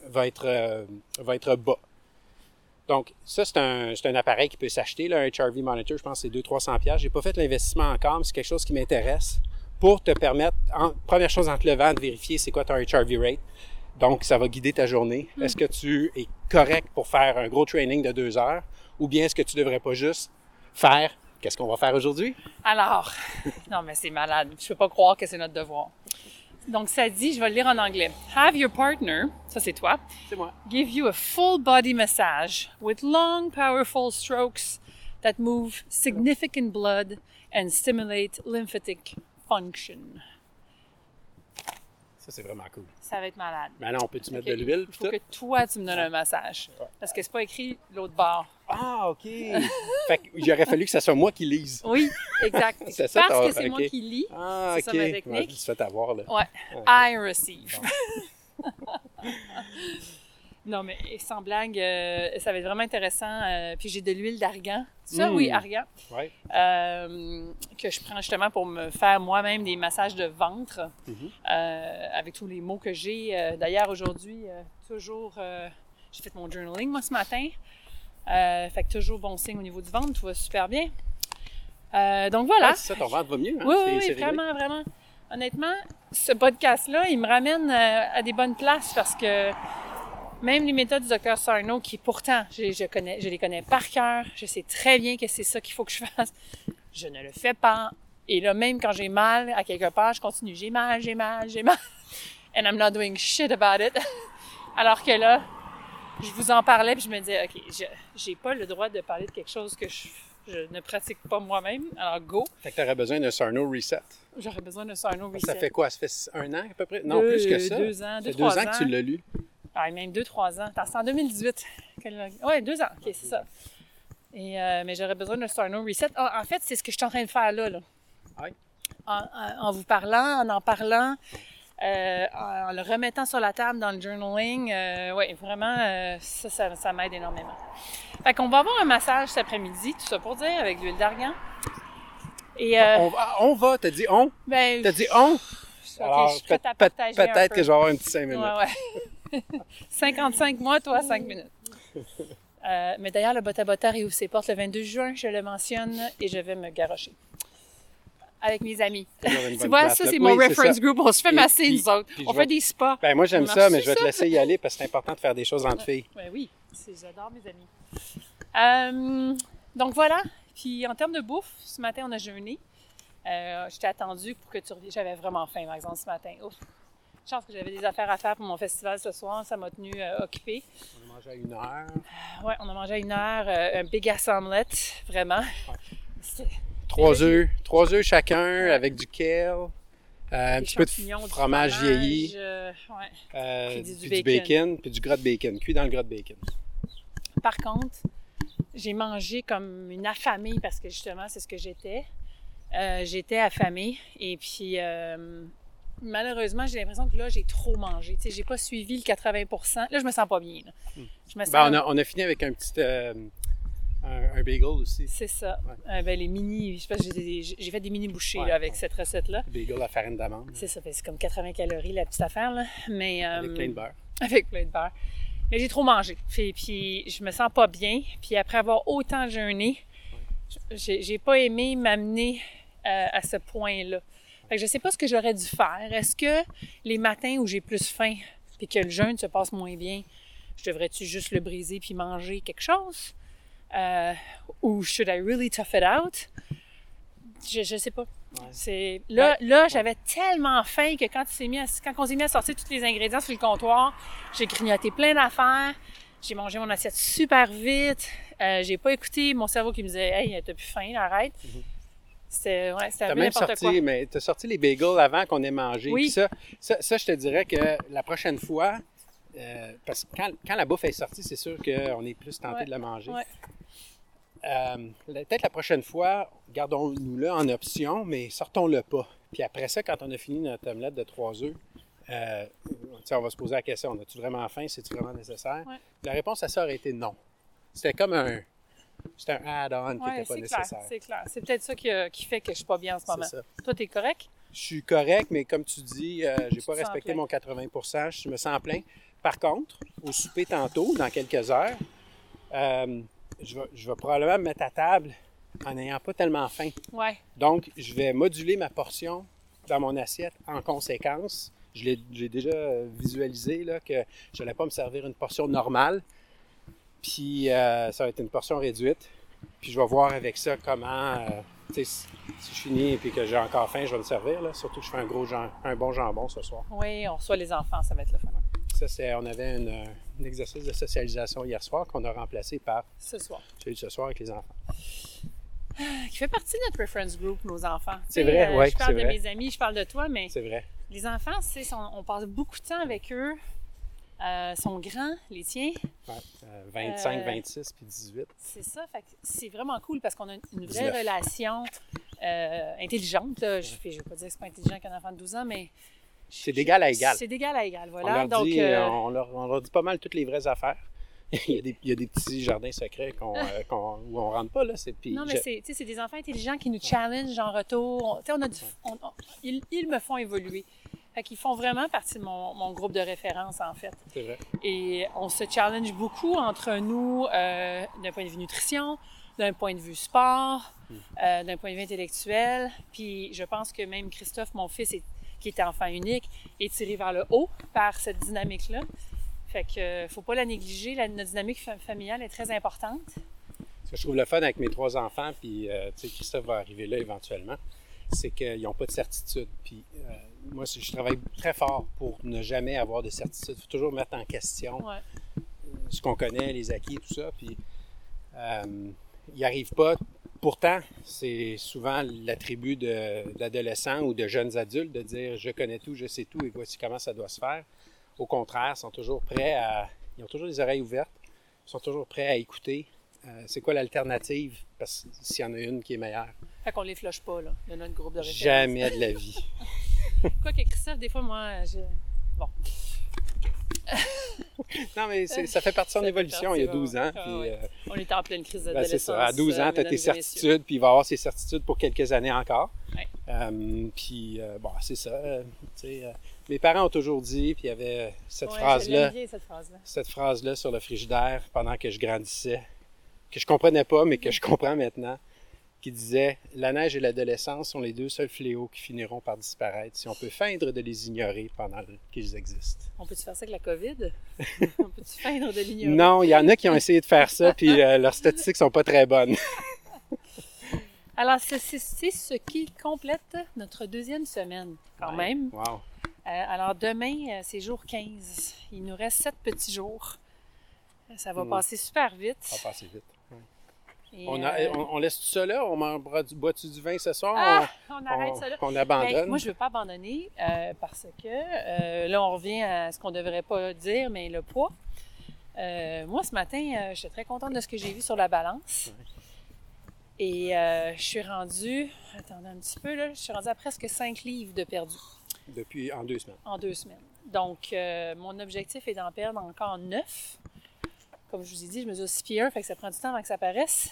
bas. Donc, ça, c'est un appareil qui peut s'acheter, là, un HRV monitor, je pense que c'est 200-300$. J'ai pas fait l'investissement encore, mais c'est quelque chose qui m'intéresse pour te permettre, première chose en te levant, de vérifier c'est quoi ton HRV rate. Donc, ça va guider ta journée. Est-ce que tu es correct pour faire un gros training de 2 heures ou bien est-ce que tu ne devrais pas juste faire qu'est-ce qu'on va faire aujourd'hui? Alors, non, mais c'est malade. Je ne peux pas croire que c'est notre devoir. Donc, ça dit, je vais le lire en anglais. Have your partner, ça c'est toi, C'est moi. give you a full body massage with long, powerful strokes that move significant blood and stimulate lymphatic function. Ça, c'est vraiment cool. Ça va être malade. Mais là, on peut-tu mettre Ok, de l'huile? Il faut que toi, tu me donnes un massage. Parce que c'est pas écrit l'autre bord. Ah, OK. Fait qu'il aurait fallu que ce soit moi qui lise. Oui, exact. C'est ça, Parce que c'est ok. moi qui lis. Ah, C'est OK. ça ma Ouais, technique. je me suis fait avoir, là. Ouais. Ok. I receive. Non, mais sans blague, ça va être vraiment intéressant. Puis j'ai de l'huile d'argan. Ça, oui, argan. Ouais. Que je prends justement pour me faire moi-même des massages de ventre avec tous les mots que j'ai. D'ailleurs, aujourd'hui, j'ai fait mon journaling, moi, ce matin. Fait que toujours bon signe au niveau du ventre, tout va super bien. Donc voilà. Ouais, c'est ça, ton ventre va mieux, hein? Oui, C'est réglé. vraiment, vraiment. Honnêtement, ce podcast-là, il me ramène à des bonnes places parce que même les méthodes du Dr. Sarno, qui pourtant, je les connais par cœur, je sais très bien que c'est ça qu'il faut que je fasse. Je ne le fais pas. Et là, même quand j'ai mal à quelque part, je continue. J'ai mal. And I'm not doing shit about it. Alors que là, je vous en parlais puis je me disais, OK, j'ai pas le droit de parler de quelque chose que je ne pratique pas moi-même. Alors, go. Fait que tu aurais besoin d'un Sarno Reset. J'aurais besoin d'un Sarno Reset. Ça fait quoi? Ça fait 1 an à peu près? Non, plus que ça. 2 ans, 2 3 ans que tu l'as lu. Ah, même 2-3 ans. C'est en 2018. Oui, 2 ans. OK, c'est ça. Et, mais j'aurais besoin d'un Sarno Reset. En fait, c'est ce que je suis en train de faire là. Oui. En vous parlant, en parlant, en le remettant sur la table dans le journaling. Oui, vraiment, ça m'aide énormément. Fait qu'on va avoir un massage cet après-midi, tout ça pour dire, avec l'huile d'argan. Et, on va, t'as dit on? Ben, T'as dit on? Okay, Alors, je suis prête à partager peut-être que je vais avoir un petit 5 minutes. Ouais. 55 mois, toi, 5 minutes. Mais d'ailleurs, le Bota Bota réouvre ses portes le 22 juin, je le mentionne, et je vais me garrocher. Avec mes amis. Tu vois, ça, c'est mon reference group. On se fait masser, nous autres. On fait des spas. Ben, moi, j'aime ça, mais je vais te laisser y aller parce que c'est important de faire des choses entre filles. Ben oui, j'adore mes amis. Donc voilà. Puis en termes de bouffe, ce matin, on a jeûné. Je t'ai attendu pour que tu reviennes. J'avais vraiment faim, par exemple, ce matin. Ouf. Chance que j'avais des affaires à faire pour mon festival ce soir. Ça m'a tenu occupée. On a mangé à 1 heure. Oui, on a mangé à 1 heure. Un big ass omelette, vraiment. Ouais. 3 œufs chacun avec du kale, un petit peu de fromage vieilli, du bacon, puis du gras de bacon, cuit dans le gras de bacon. Par contre, j'ai mangé comme une affamée parce que justement, c'est ce que j'étais. J'étais affamée et puis malheureusement, j'ai l'impression que là, j'ai trop mangé. Tu sais, j'ai pas suivi le 80%. Là, je me sens pas bien. Là. Je me sens... on a fini avec un petit... Un bagel aussi. C'est ça. Ouais. Les mini, je sais pas, j'ai fait des mini bouchées là, avec cette recette-là. Bagel à farine d'amande. C'est ça, c'est comme 80 calories la petite affaire là, mais avec plein de beurre. Avec plein de beurre. Mais j'ai trop mangé. Puis je me sens pas bien. Puis après avoir autant jeûné, j'ai pas aimé m'amener à ce point-là. Fait que je sais pas ce que j'aurais dû faire. Est-ce que les matins où j'ai plus faim puis que le jeûne se passe moins bien, je devrais-tu juste le briser puis manger quelque chose? Ou should I really tough it out? Je sais pas. Ouais. Là, j'avais tellement faim que quand on s'est mis à sortir tous les ingrédients sur le comptoir, j'ai grignoté plein d'affaires. J'ai mangé mon assiette super vite. J'ai pas écouté mon cerveau qui me disait « Hey, t'as plus faim, arrête. Mm-hmm. » C'était un peu n'importe quoi. Mais t'as sorti les bagels avant qu'on ait mangé. Oui. Puis ça, je te dirais que la prochaine fois, parce que quand la bouffe est sortie, c'est sûr qu'on est plus tenté de la manger. Ouais. Peut-être la prochaine fois, gardons-nous-le en option, mais sortons-le pas. Puis après ça, quand on a fini notre omelette de 3 œufs, on va se poser la question, on a-tu vraiment faim? C'est-tu vraiment nécessaire? Ouais. La réponse à ça aurait été non. C'était comme un add-on qui n'était pas nécessaire. C'est clair. C'est peut-être ça qui fait que je suis pas bien en ce moment. Ça. Toi, t'es correct? Je suis correct, mais comme tu dis, j'ai pas respecté mon 80%. Je me sens plein. Par contre, au souper tantôt, dans quelques heures, je vais probablement me mettre à table en n'ayant pas tellement faim. Ouais. Donc, je vais moduler ma portion dans mon assiette en conséquence. J'ai déjà visualisé là, que je n'allais pas me servir une portion normale. Puis, ça va être une portion réduite. Puis, je vais voir avec ça comment, si je finis et que j'ai encore faim, je vais me servir. Là. Surtout que je fais un bon jambon ce soir. Oui, on reçoit les enfants, ça va être le fun. On avait un exercice de socialisation hier soir qu'on a remplacé par ce soir. Celui de ce soir avec les enfants. Qui fait partie de notre reference group, nos enfants. C'est vrai, oui. Je parle de mes amis, je parle de toi, mais c'est vrai. Les enfants, on passe beaucoup de temps avec eux. Sont grands, les tiens. Ouais, 25, 26 puis 18. C'est ça, fait que c'est vraiment cool parce qu'on a une vraie relation intelligente. Là. Je ne veux pas dire que c'est pas intelligent qu'un enfant de 12 ans, mais... C'est d'égal à égal. C'est d'égal à égal, voilà. On leur dit pas mal toutes les vraies affaires. il y a des petits jardins secrets où on rentre pas. Là. Non, mais c'est des enfants intelligents qui nous challengent en retour. Ils me font évoluer. Fait qu'ils font vraiment partie de mon groupe de référence, en fait. C'est vrai. Et on se challenge beaucoup entre nous d'un point de vue nutrition, d'un point de vue sport, d'un point de vue intellectuel. Puis je pense que même Christophe, mon fils, qui était enfant unique, est tiré vers le haut par cette dynamique-là. Fait que faut pas la négliger. Notre dynamique familiale est très importante. Ce que je trouve le fun avec mes 3 enfants, puis tu sais, Christophe va arriver là éventuellement, c'est qu'ils n'ont pas de certitude. Puis moi, je travaille très fort pour ne jamais avoir de certitude. Il faut toujours mettre en question ce qu'on connaît, les acquis, tout ça. Puis ils n'y arrivent pas. Pourtant, c'est souvent l'attribut d'adolescents ou de jeunes adultes de dire « je connais tout, je sais tout et voici comment ça doit se faire ». Au contraire, ils sont toujours prêts ils ont toujours les oreilles ouvertes, ils sont toujours prêts à écouter. C'est quoi l'alternative? Parce que s'il y en a une qui est meilleure. Fait qu'on les flush pas, là, de notre groupe de référence. Jamais de la vie. Quoi que Christophe, des fois, moi, Bon. Non, mais ça fait partie de son évolution. Il y a 12 ans. Puis, on était en pleine crise d'adolescence. C'est ça. À 12 ans, tu as tes certitudes, puis il va avoir ses certitudes pour quelques années encore. Puis, bon, c'est ça. Mes parents ont toujours dit, puis il y avait cette phrase-là. Cette phrase-là sur le frigidaire pendant que je grandissais, que je comprenais pas, mais que je comprends maintenant, qui disait « La neige et l'adolescence sont les 2 seuls fléaux qui finiront par disparaître si on peut feindre de les ignorer pendant qu'ils existent. » On peut-tu faire ça avec la COVID? On peut-tu feindre de l'ignorer? Non, il y en a qui ont essayé de faire ça, puis leurs statistiques sont pas très bonnes. Alors, c'est ce qui complète notre 2e semaine, quand même. Wow. Alors, demain, c'est jour 15. Il nous reste 7 petits jours. Ça va passer super vite. Ça va passer vite. Et, on laisse tout ça là? On boit-tu du vin ce soir? On arrête ça là. On abandonne? Ben, moi, je ne veux pas abandonner parce que là, on revient à ce qu'on ne devrait pas dire, mais le poids. Moi, ce matin, j'étais très contente de ce que j'ai vu sur la balance. Et je suis rendue, attendez un petit peu, là, je suis rendue à presque 5 livres de perdu. En 2 semaines. En 2 semaines. Donc, mon objectif est d'en perdre encore 9. Comme je vous ai dit, je mesure 6 pieds 1, fait que ça prend du temps avant que ça apparaisse.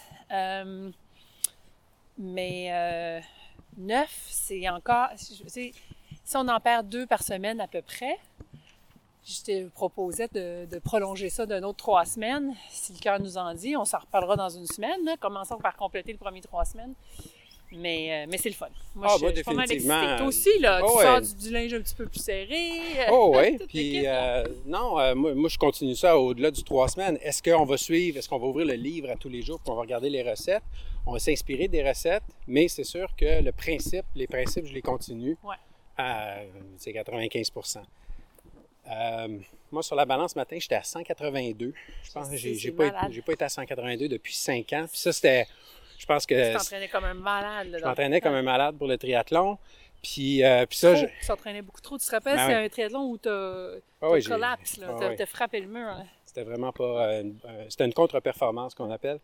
Mais 9, c'est encore... Si on en perd 2 par semaine à peu près, je te proposais de prolonger ça d'une autre 3 semaines. Si le cœur nous en dit, on s'en reparlera dans une semaine. Là. Commençons par compléter le premier 3 semaines. Mais c'est le fun. Moi, je suis pas mal excitée. Toi aussi, là, tu sors du linge un petit peu plus serré. Oui. Puis, moi, je continue ça au-delà du 3 semaines. Est-ce qu'on va suivre, est-ce qu'on va ouvrir le livre à tous les jours, puis on va regarder les recettes? On va s'inspirer des recettes, mais c'est sûr que les principes, je les continue à 95%. Moi, sur la balance ce matin, j'étais à 182. Je pense que j'ai pas été à 182 depuis 5 ans. Puis ça, c'était... Je pense que... Tu t'entraînais comme un malade. Là, je m'entraînais comme un malade pour le triathlon. Puis ça... Tu t'entraînais beaucoup trop. Tu te rappelles, c'est un triathlon où tu as collapse, tu as frappé le mur. Là. C'était vraiment pas... c'était une contre-performance qu'on appelle.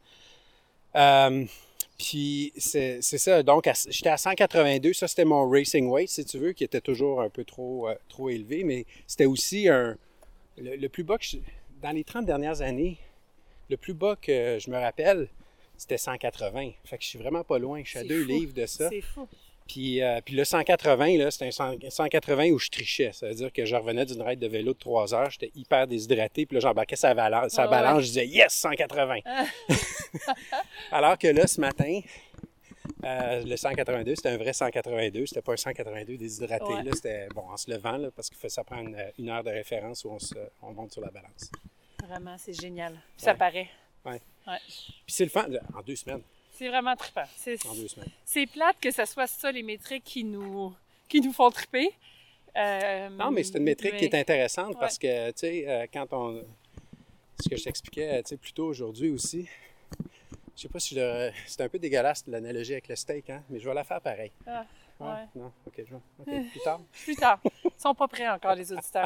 Puis c'est ça. Donc, j'étais à 182. Ça, c'était mon racing weight, si tu veux, qui était toujours un peu trop élevé. Mais c'était aussi le plus bas que dans les 30 dernières années, le plus bas que je me rappelle, c'était 180. Fait que je suis vraiment pas loin. Je suis à 2 livres de ça. C'est fou. Puis le 180, là, c'était un 180 où je trichais. Ça veut dire que je revenais d'une raide de vélo de 3 heures. J'étais hyper déshydraté. Puis là, j'embarquais sa balance. Je disais « Yes, 180! » Alors que là, ce matin, le 182, c'était un vrai 182. C'était pas un 182 déshydraté. Là, c'était en se levant, là, parce que ça prend une heure de référence où on monte sur la balance. Vraiment, c'est génial. Puis ça paraît. Oui. Puis c'est le fun en 2 semaines. C'est vraiment trippant. En 2 semaines. C'est plate que ce soit ça, les métriques qui nous font tripper. Non, mais c'est une métrique qui est intéressante parce que, tu sais, ce que je t'expliquais, tu sais, plus tôt aujourd'hui aussi, je sais pas si c'est un peu dégueulasse l'analogie avec le steak, hein, mais je vais la faire pareil. Non? OK, plus tard? Plus tard. Ils sont pas prêts encore, les auditeurs.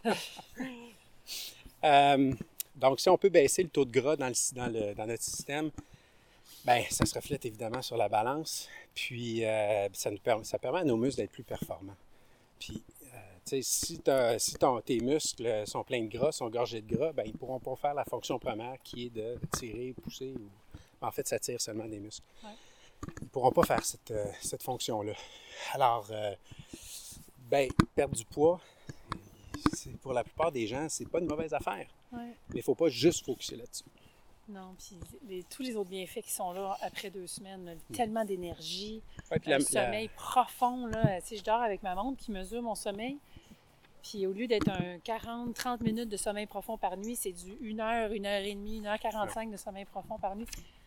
Donc, si on peut baisser le taux de gras dans notre système, bien, ça se reflète évidemment sur la balance. Puis, ça permet à nos muscles d'être plus performants. Puis, tu sais, si tes muscles sont pleins de gras, sont gorgés de gras, bien, ils ne pourront pas faire la fonction première qui est de tirer, pousser. En fait, ça tire seulement des muscles. Ils ne pourront pas faire cette fonction-là. Alors, perdre du poids, pour la plupart des gens, c'est pas une mauvaise affaire. Mais il ne faut pas juste focusser là-dessus. Non, puis tous les autres bienfaits qui sont là après 2 semaines, là, tellement d'énergie, sommeil profond. Là, je dors avec ma montre qui mesure mon sommeil. Puis au lieu d'être un 40-30 minutes de sommeil profond par nuit, c'est du 1 heure, 1 heure et demie, 1h45 de sommeil profond par nuit.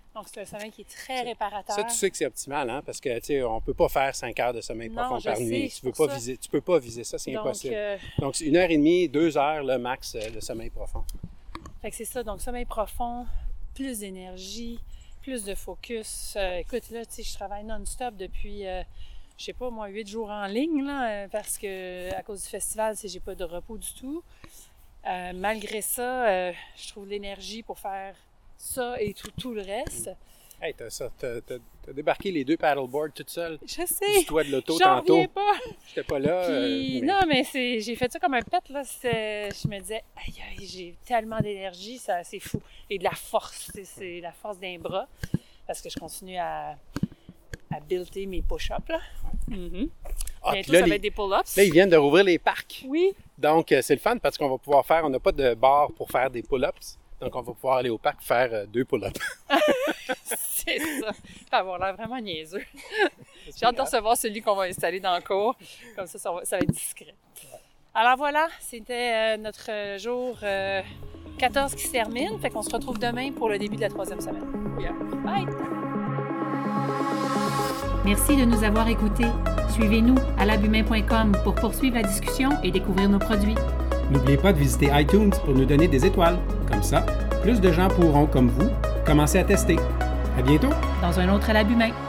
Donc, c'est un sommeil qui est très réparateur. Ça, tu sais que c'est optimal, hein? Parce que, tu sais, on ne peut pas faire 5 heures de sommeil profond par nuit. Tu ne peux pas viser ça, c'est impossible. Donc, c'est 1h30, 2 heures, le max de sommeil profond. Fait que c'est ça. Donc, sommeil profond, plus d'énergie, plus de focus. Écoute, là, tu sais, je travaille non-stop depuis, je sais pas, moi, 8 jours en ligne, là, parce que à cause du festival, j'ai pas de repos du tout. Malgré ça, je trouve l'énergie pour faire ça et tout le reste. Hey, t'as débarqué les 2 paddleboards toute seule. Je sais. Du toit de l'auto J'en tantôt. reviens pas. J'étais pas là. Puis, non, mais j'ai fait ça comme un pet, là. Je me disais, aïe, j'ai tellement d'énergie, c'est fou. Et de la force, c'est la force d'un bras. Parce que je continue à builder mes push-ups, là. Mm-hmm. Bientôt, ça va être des pull-ups. Là, ils viennent de rouvrir les parcs. Oui. Donc, c'est le fun parce qu'on va pouvoir faire, on n'a pas de bar pour faire des pull-ups. Donc, on va pouvoir aller au parc faire 2 pull-ups. C'est ça. Ça va avoir l'air vraiment niaiseux. J'ai hâte de recevoir celui qu'on va installer dans le cours. Comme ça va être discret. Alors voilà, c'était notre jour 14 qui se termine. Fait qu'on se retrouve demain pour le début de la 3e semaine. Yeah. Bye! Merci de nous avoir écoutés. Suivez-nous à labumain.com pour poursuivre la discussion et découvrir nos produits. N'oubliez pas de visiter iTunes pour nous donner des étoiles. Comme ça, plus de gens pourront, comme vous, commencer à tester. À bientôt! Dans un autre à l'Abumain.